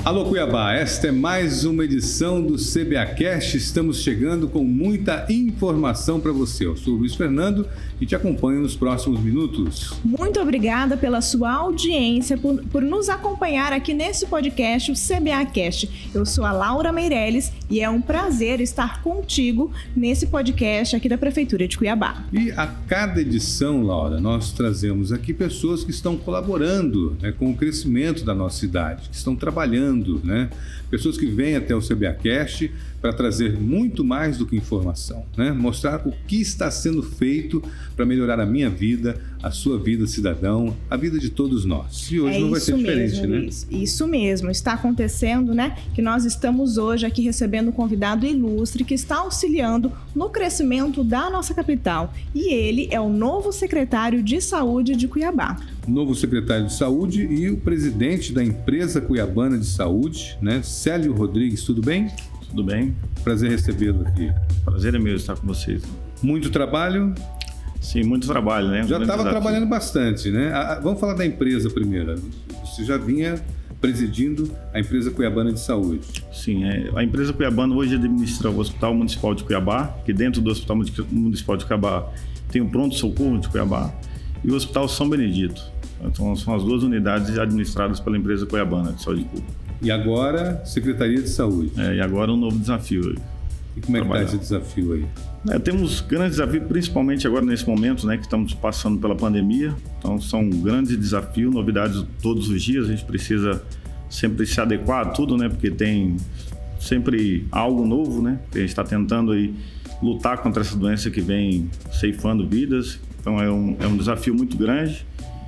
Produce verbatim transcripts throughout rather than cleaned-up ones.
Alô Cuiabá, esta é mais uma edição do C B A Cast. Estamos chegando com muita informação para você. Eu sou o Luiz Fernando e te acompanho nos próximos minutos. Muito obrigada pela sua audiência, por, por nos acompanhar aqui nesse podcast, o C B A Cast. Eu sou a Laura Meirelles e é um prazer estar contigo nesse podcast aqui da Prefeitura de Cuiabá. E a cada edição, Laura, nós trazemos aqui pessoas que estão colaborando, né, com o crescimento da nossa cidade, que estão trabalhando, né? Pessoas que vêm até o C B A Cast para trazer muito mais do que informação, né? Mostrar o que está sendo feito para melhorar a minha vida, a sua vida, cidadão, a vida de todos nós. E hoje é não vai ser diferente, mesmo, né? Luiz. Isso mesmo, está acontecendo, né? Que nós estamos hoje aqui recebendo um convidado ilustre que está auxiliando no crescimento da nossa capital. E ele é o novo secretário de Saúde de Cuiabá. Novo secretário de Saúde e o presidente da empresa cuiabana de saúde, né? Célio Rodrigues, tudo bem? Tudo bem. Prazer recebê-lo aqui. Prazer é meu estar com vocês. Muito trabalho? Sim, muito trabalho, né? Já estava trabalhando bastante, né? Ah, vamos falar da empresa primeiro. Você já vinha presidindo a empresa cuiabana de saúde. Sim, é, a empresa cuiabana hoje administra o Hospital Municipal de Cuiabá, que dentro do Hospital Municipal de Cuiabá tem o Pronto Socorro de Cuiabá e o Hospital São Benedito. Então são as duas unidades administradas pela empresa cuiabana de saúde pública. E agora, Secretaria de Saúde. É, e agora um novo desafio. E como é que está esse desafio aí? É, temos grandes desafios, principalmente agora nesse momento, né, que estamos passando pela pandemia. Então são grandes desafios, novidades todos os dias. A gente precisa sempre se adequar a tudo, né, porque tem sempre algo novo, né? A gente está tentando aí lutar contra essa doença que vem ceifando vidas. Então é um, é um desafio muito grande.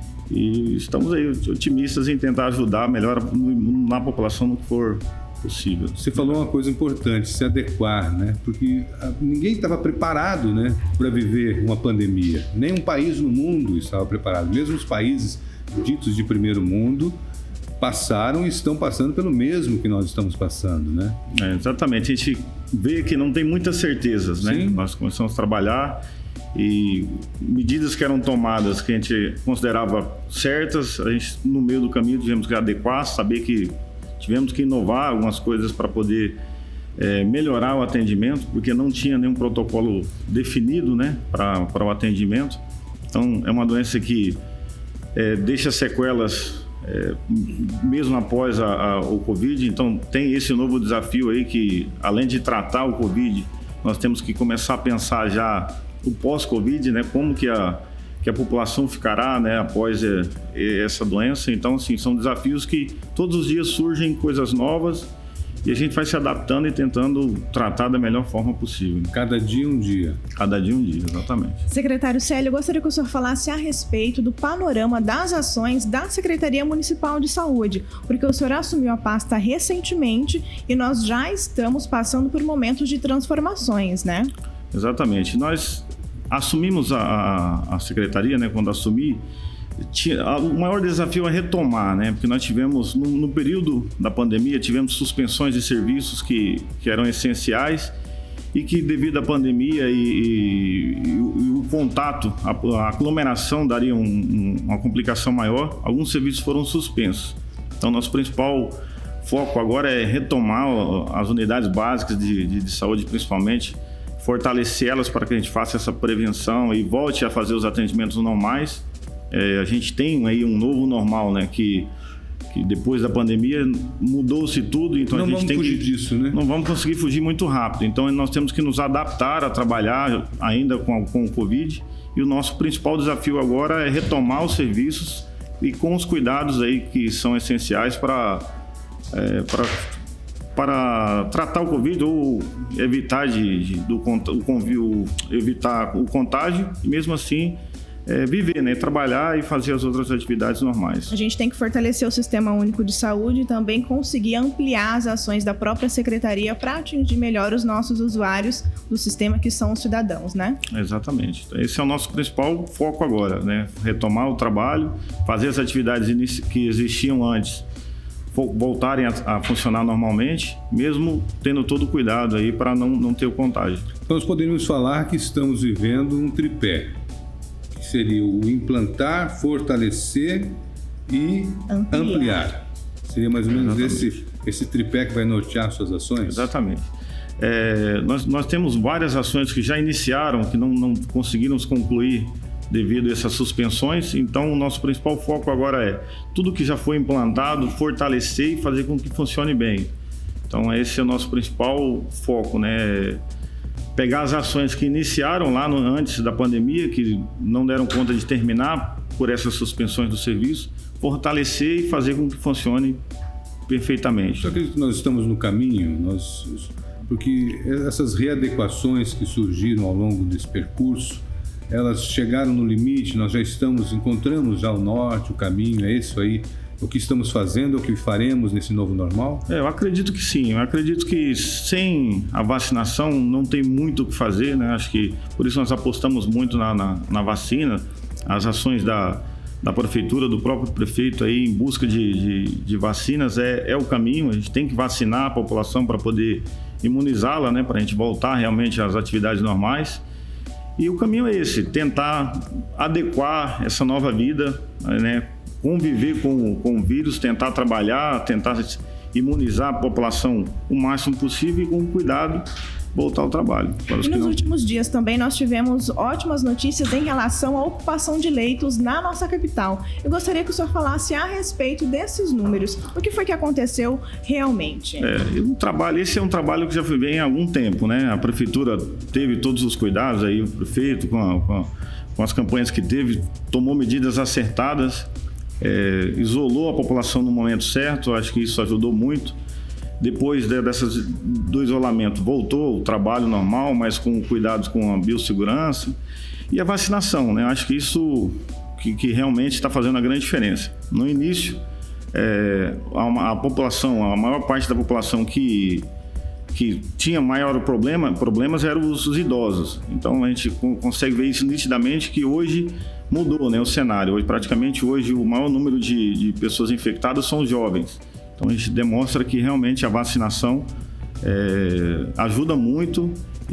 E estamos aí otimistas em tentar ajudar melhor na população no que for possível. Você falou uma coisa importante, se adequar, né? Porque ninguém estava preparado, né, para viver uma pandemia. Nenhum país no mundo estava preparado. Mesmo os países ditos de primeiro mundo passaram e estão passando pelo mesmo que nós estamos passando, né? É, exatamente. A gente vê que não tem muitas certezas, né? Sim. Nós começamos a trabalhar e medidas que eram tomadas que a gente considerava certas, a gente no meio do caminho tivemos que adequar, saber que tivemos que inovar algumas coisas para poder é, melhorar o atendimento, porque não tinha nenhum protocolo definido, né, para o atendimento. Então é uma doença que é, deixa sequelas é, mesmo após a, a, o Covid. Então tem esse novo desafio aí que, além de tratar o Covid, nós temos que começar a pensar já o pós-Covid, né? Como que a, que a população ficará, né, após é, essa doença. Então, assim, são desafios que todos os dias surgem coisas novas e a gente vai se adaptando e tentando tratar da melhor forma possível. Cada dia um dia. Cada dia um dia, exatamente. Secretário Célio, eu gostaria que o senhor falasse a respeito do panorama das ações da Secretaria Municipal de Saúde, porque o senhor assumiu a pasta recentemente e nós já estamos passando por momentos de transformações, né? Exatamente. Nós assumimos a, a, a secretaria, né, quando assumi, tinha, a, o maior desafio é retomar, né, porque nós tivemos, no, no período da pandemia, tivemos suspensões de serviços que, que eram essenciais e que, devido à pandemia e, e, e, o, e o contato, a, a aglomeração daria um, um, uma complicação maior, alguns serviços foram suspensos. Então, nosso principal foco agora é retomar as unidades básicas de, de, de saúde, principalmente, fortalecê-las para que a gente faça essa prevenção e volte a fazer os atendimentos normais. É, a gente tem aí um novo normal, né? Que, que depois da pandemia mudou-se tudo, então não a gente tem fugir que, disso, né? Não vamos conseguir fugir muito rápido. Então nós temos que nos adaptar a trabalhar ainda com, com o Covid. E o nosso principal desafio agora é retomar os serviços e com os cuidados aí que são essenciais para é, para para tratar o Covid ou evitar, de, de, do, o convívio, evitar o contágio e mesmo assim é, viver, né? Trabalhar e fazer as outras atividades normais. A gente tem que fortalecer o Sistema Único de Saúde e também conseguir ampliar as ações da própria Secretaria para atingir melhor os nossos usuários do sistema, que são os cidadãos, né? Exatamente. Esse é o nosso principal foco agora, né? Retomar o trabalho, fazer as atividades que existiam antes voltarem a, a funcionar normalmente, mesmo tendo todo o cuidado aí para não, não ter o contágio. Então, nós poderíamos falar que estamos vivendo um tripé, que seria o implantar, fortalecer e ampliar. ampliar. Seria mais ou menos esse, esse tripé que vai nortear suas ações? Exatamente. É, nós, nós temos várias ações que já iniciaram, que não, não conseguiram concluir devido a essas suspensões. Então, o nosso principal foco agora é tudo que já foi implantado, fortalecer e fazer com que funcione bem. Então, esse é o nosso principal foco, né? Pegar as ações que iniciaram lá no, antes da pandemia, que não deram conta de terminar por essas suspensões do serviço, fortalecer e fazer com que funcione perfeitamente. Eu acredito que nós estamos no caminho, nós, porque essas readequações que surgiram ao longo desse percurso, elas chegaram no limite, nós já estamos, encontramos já o norte, o caminho, é isso aí, o que estamos fazendo, o que faremos nesse novo normal? É, eu acredito que sim, eu acredito que sem a vacinação não tem muito o que fazer, né? Acho que por isso nós apostamos muito na, na, na vacina, as ações da, da prefeitura, do próprio prefeito aí em busca de, de, de vacinas é, é o caminho, a gente tem que vacinar a população para poder imunizá-la, né? Para a gente voltar realmente às atividades normais. E o caminho é esse, tentar adequar essa nova vida, né? Conviver com, com o vírus, tentar trabalhar, tentar imunizar a população o máximo possível e com cuidado voltar ao trabalho. E nos não... últimos dias também nós tivemos ótimas notícias em relação à ocupação de leitos na nossa capital. Eu gostaria que o senhor falasse a respeito desses números. O que foi que aconteceu realmente? É, um trabalho, esse é um trabalho que já vem há algum tempo, né? A prefeitura teve todos os cuidados, aí, o prefeito, com, a, com, a, com as campanhas que teve, tomou medidas acertadas, é, isolou a população no momento certo, acho que isso ajudou muito. Depois de, dessas, do isolamento, voltou o trabalho normal, mas com cuidados com a biossegurança e a vacinação, né? Acho que isso que, que realmente está fazendo a grande diferença. No início, é, a, a população, a maior parte da população que, que tinha maior problema, problemas eram os, os idosos. Então, a gente consegue ver isso nitidamente que hoje mudou, né, o cenário. Hoje, praticamente, hoje, o maior número de, de pessoas infectadas são os jovens. Então, a gente demonstra que realmente a vacinação é, ajuda muito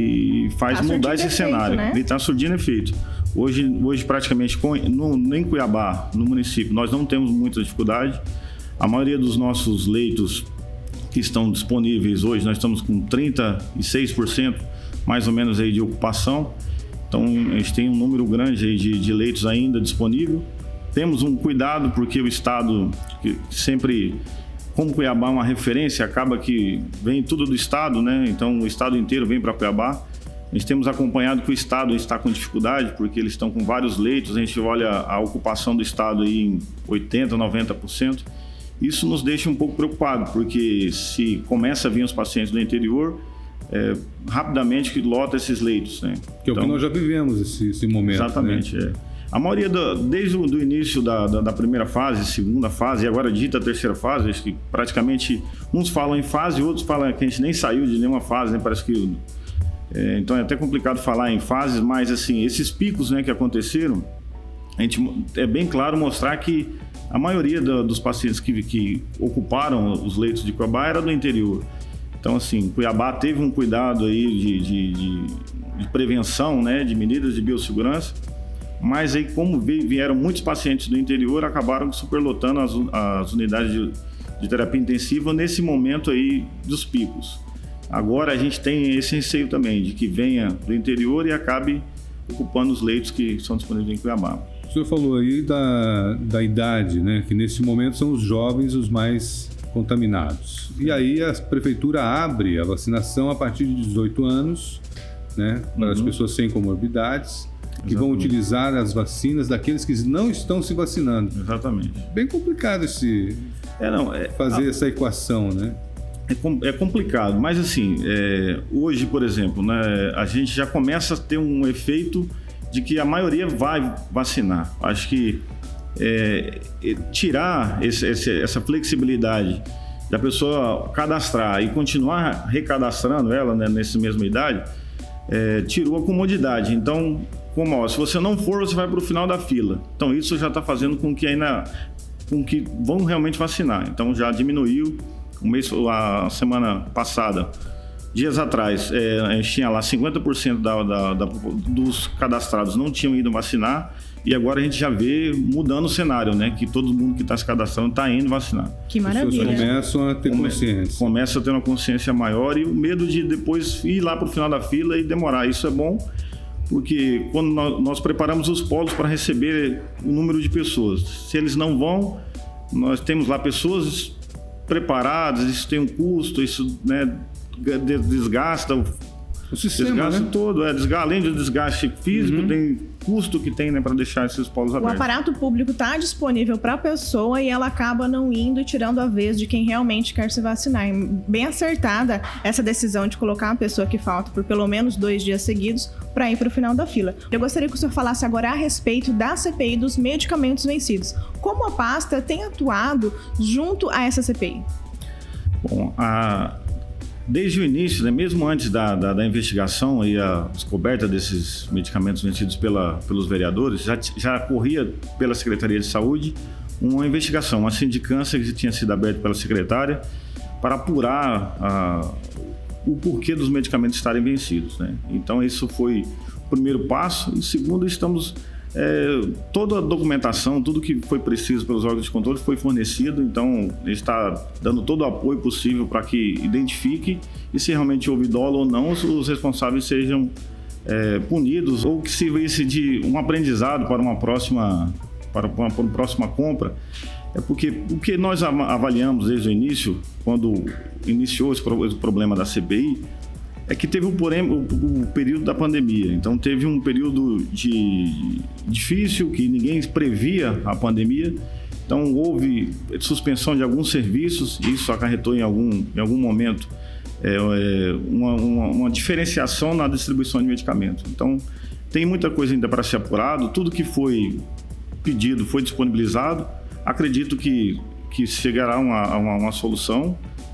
e faz tá mudar esse efeito, cenário. Né? E está surgindo efeito. Hoje, hoje praticamente, com, no, em Cuiabá, no município, nós não temos muita dificuldade. A maioria dos nossos leitos que estão disponíveis hoje, nós estamos com trinta e seis por cento mais ou menos aí de ocupação. Então, a gente tem um número grande aí de, de leitos ainda disponível. Temos um cuidado porque o Estado que sempre... Como Cuiabá é uma referência, acaba que vem tudo do Estado, né? Então o Estado inteiro vem para Cuiabá. A gente temos acompanhado que o Estado está com dificuldade, porque eles estão com vários leitos. A gente olha a ocupação do Estado aí em oitenta por cento, noventa por cento. Isso nos deixa um pouco preocupado, porque se começa a vir os pacientes do interior, é, rapidamente que lota esses leitos, né? Que é o então, que nós já vivemos esse, esse momento. Exatamente, né? é. A maioria, do, desde o do início da, da, da primeira fase, segunda fase e agora dita a terceira fase, acho que praticamente uns falam em fase, outros falam que a gente nem saiu de nenhuma fase, né? Parece que... É, então é até complicado falar em fases, mas assim, esses picos, né, que aconteceram, a gente, é bem claro mostrar que a maioria do, dos pacientes que, que ocuparam os leitos de Cuiabá era do interior. Então assim, Cuiabá teve um cuidado aí de, de, de, de prevenção, né, de medidas de biossegurança. Mas aí, como vieram muitos pacientes do interior, acabaram superlotando as, as unidades de, de terapia intensiva nesse momento aí dos picos. Agora a gente tem esse receio também, de que venha do interior e acabe ocupando os leitos que são disponíveis em Cuiabá. O senhor falou aí da, da idade, né? Que nesse momento são os jovens os mais contaminados. E aí a prefeitura abre a vacinação a partir de dezoito anos, né? Para uhum. as pessoas sem comorbidades, que Exatamente. Vão utilizar as vacinas daqueles que não estão se vacinando. Exatamente. Bem complicado esse, é, não, é, fazer a, essa equação, né? É, é complicado, mas assim, é, hoje, por exemplo, né, a gente já começa a ter um efeito de que a maioria vai vacinar. Acho que é, tirar esse, esse, essa flexibilidade da pessoa cadastrar e continuar recadastrando ela, né, nessa mesma idade, é, tirou a comodidade. Então, como, ó, se você não for, você vai para o final da fila. Então, isso já está fazendo com que ainda com que vão realmente vacinar. Então, já diminuiu. Um mês, a semana passada, dias atrás, é, a gente tinha lá cinquenta por cento da, da, da, dos cadastrados não tinham ido vacinar. E agora a gente já vê mudando o cenário, né? Que todo mundo que está se cadastrando está indo vacinar. Que maravilha. As pessoas começam a ter consciência. Começam a ter uma consciência maior e o medo de depois ir lá para o final da fila e demorar. Isso é bom, porque quando nós, nós preparamos os polos para receber o número de pessoas, se eles não vão, nós temos lá pessoas preparadas, isso tem um custo, isso, né, desgasta o, o sistema, desgasta né? todo, é, desgasta, além do desgaste físico, uhum. tem custo que tem, né, para deixar esses polos abertos. O aparato público está disponível para a pessoa e ela acaba não indo e tirando a vez de quem realmente quer se vacinar. Bem acertada essa decisão de colocar a pessoa que falta por pelo menos dois dias seguidos para ir para o final da fila. Eu gostaria que o senhor falasse agora a respeito da C P I dos medicamentos vencidos. Como a pasta tem atuado junto a essa C P I? Bom, a... desde o início, né, mesmo antes da, da, da investigação e a descoberta desses medicamentos vencidos pela, pelos vereadores, já, já corria pela Secretaria de Saúde uma investigação, uma sindicância que tinha sido aberta pela secretária para apurar a, o porquê dos medicamentos estarem vencidos, né? Então, isso foi o primeiro passo. E segundo, estamos... É, toda a documentação, tudo que foi preciso pelos órgãos de controle foi fornecido, então a gente está dando todo o apoio possível para que identifique e se realmente houve dolo ou não, os responsáveis sejam é, punidos ou que sirva isso de um aprendizado para uma próxima, para uma, para uma próxima compra. É porque o que nós avaliamos desde o início, quando iniciou esse problema da C B I, é que teve o, o, o período da pandemia. Então, teve um período de, difícil, que ninguém previa a pandemia. Então, houve suspensão de alguns serviços, e isso acarretou em algum, em algum momento é, é, uma, uma, uma diferenciação na distribuição de medicamentos. Então, tem muita coisa ainda para ser apurado. Tudo que foi pedido foi disponibilizado. Acredito que, que chegará a uma, uma, uma solução.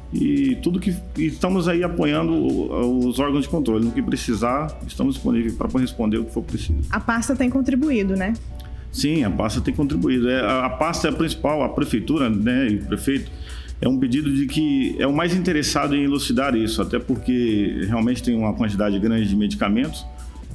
E tudo que e estamos aí apoiando os órgãos de controle. No que precisar, estamos disponíveis para responder o que for preciso. A pasta tem contribuído, né? Sim, a pasta tem contribuído. É, a, a pasta é a principal, a prefeitura, né, e o prefeito, é um pedido de que é o mais interessado em elucidar isso, até porque realmente tem uma quantidade grande de medicamentos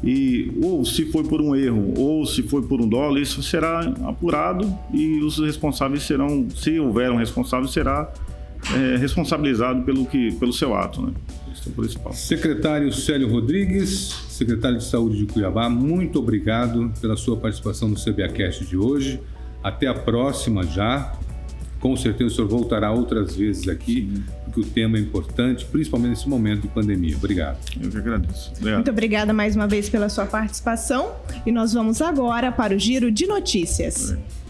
e ou se foi por um erro ou se foi por um dolo, isso será apurado e os responsáveis serão, se houver um responsável, será É, responsabilizado pelo, que, pelo seu ato, né? Isso é o principal. Secretário Célio Rodrigues, secretário de Saúde de Cuiabá, muito obrigado pela sua participação no CBAcast de hoje. Até a próxima já. Com certeza o senhor voltará outras vezes aqui, Sim. porque o tema é importante, principalmente nesse momento de pandemia. Obrigado. Eu que agradeço. Obrigado. Muito obrigada mais uma vez pela sua participação e nós vamos agora para o Giro de Notícias. É.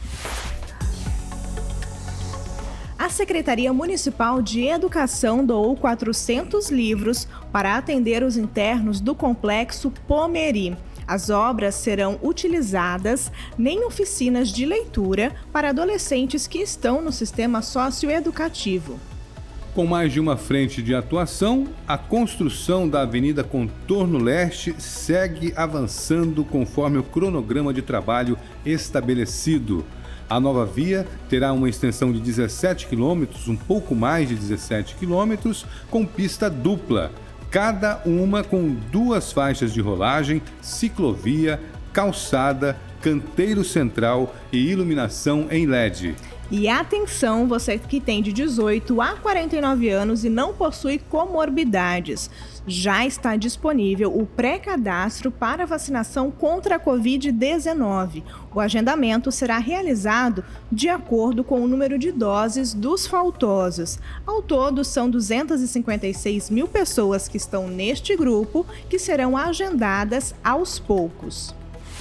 A Secretaria Municipal de Educação doou quatrocentos livros para atender os internos do Complexo Pomeri. As obras serão utilizadas em oficinas de leitura para adolescentes que estão no sistema socioeducativo. Com mais de uma frente de atuação, a construção da Avenida Contorno Leste segue avançando conforme o cronograma de trabalho estabelecido. A nova via terá uma extensão de dezessete quilômetros, um pouco mais de dezessete quilômetros, com pista dupla, cada uma com duas faixas de rolagem, ciclovia, calçada, canteiro central e iluminação em L E D. E atenção, você que tem de dezoito a quarenta e nove anos e não possui comorbidades. Já está disponível o pré-cadastro para vacinação contra a covid dezenove. O agendamento será realizado de acordo com o número de doses dos faltosos. Ao todo, são duzentas e cinquenta e seis mil pessoas que estão neste grupo, que serão agendadas aos poucos.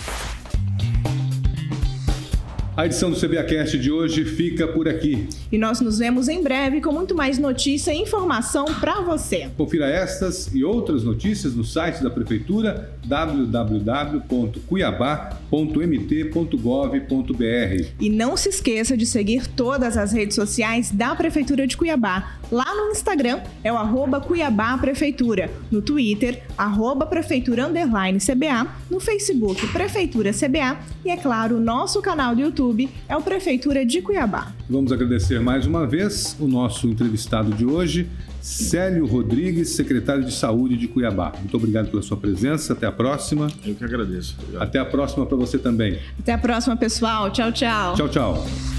A edição do CBAcast de hoje fica por aqui. E nós nos vemos em breve com muito mais notícia e informação para você. Confira estas e outras notícias no site da Prefeitura, w w w ponto cuiabá ponto m t ponto gov ponto b r. E não se esqueça de seguir todas as redes sociais da Prefeitura de Cuiabá. Lá no Instagram é o arroba Cuiabá Prefeitura, no Twitter, arroba Prefeitura underline C B A, no Facebook Prefeitura C B A e, é claro, o nosso canal do YouTube é o Prefeitura de Cuiabá. Vamos agradecer mais uma vez o nosso entrevistado de hoje, Célio Rodrigues, secretário de Saúde de Cuiabá. Muito obrigado pela sua presença. Até a próxima. Eu que agradeço. Obrigado. Até a próxima para você também. Até a próxima, pessoal. Tchau, tchau. Tchau, tchau.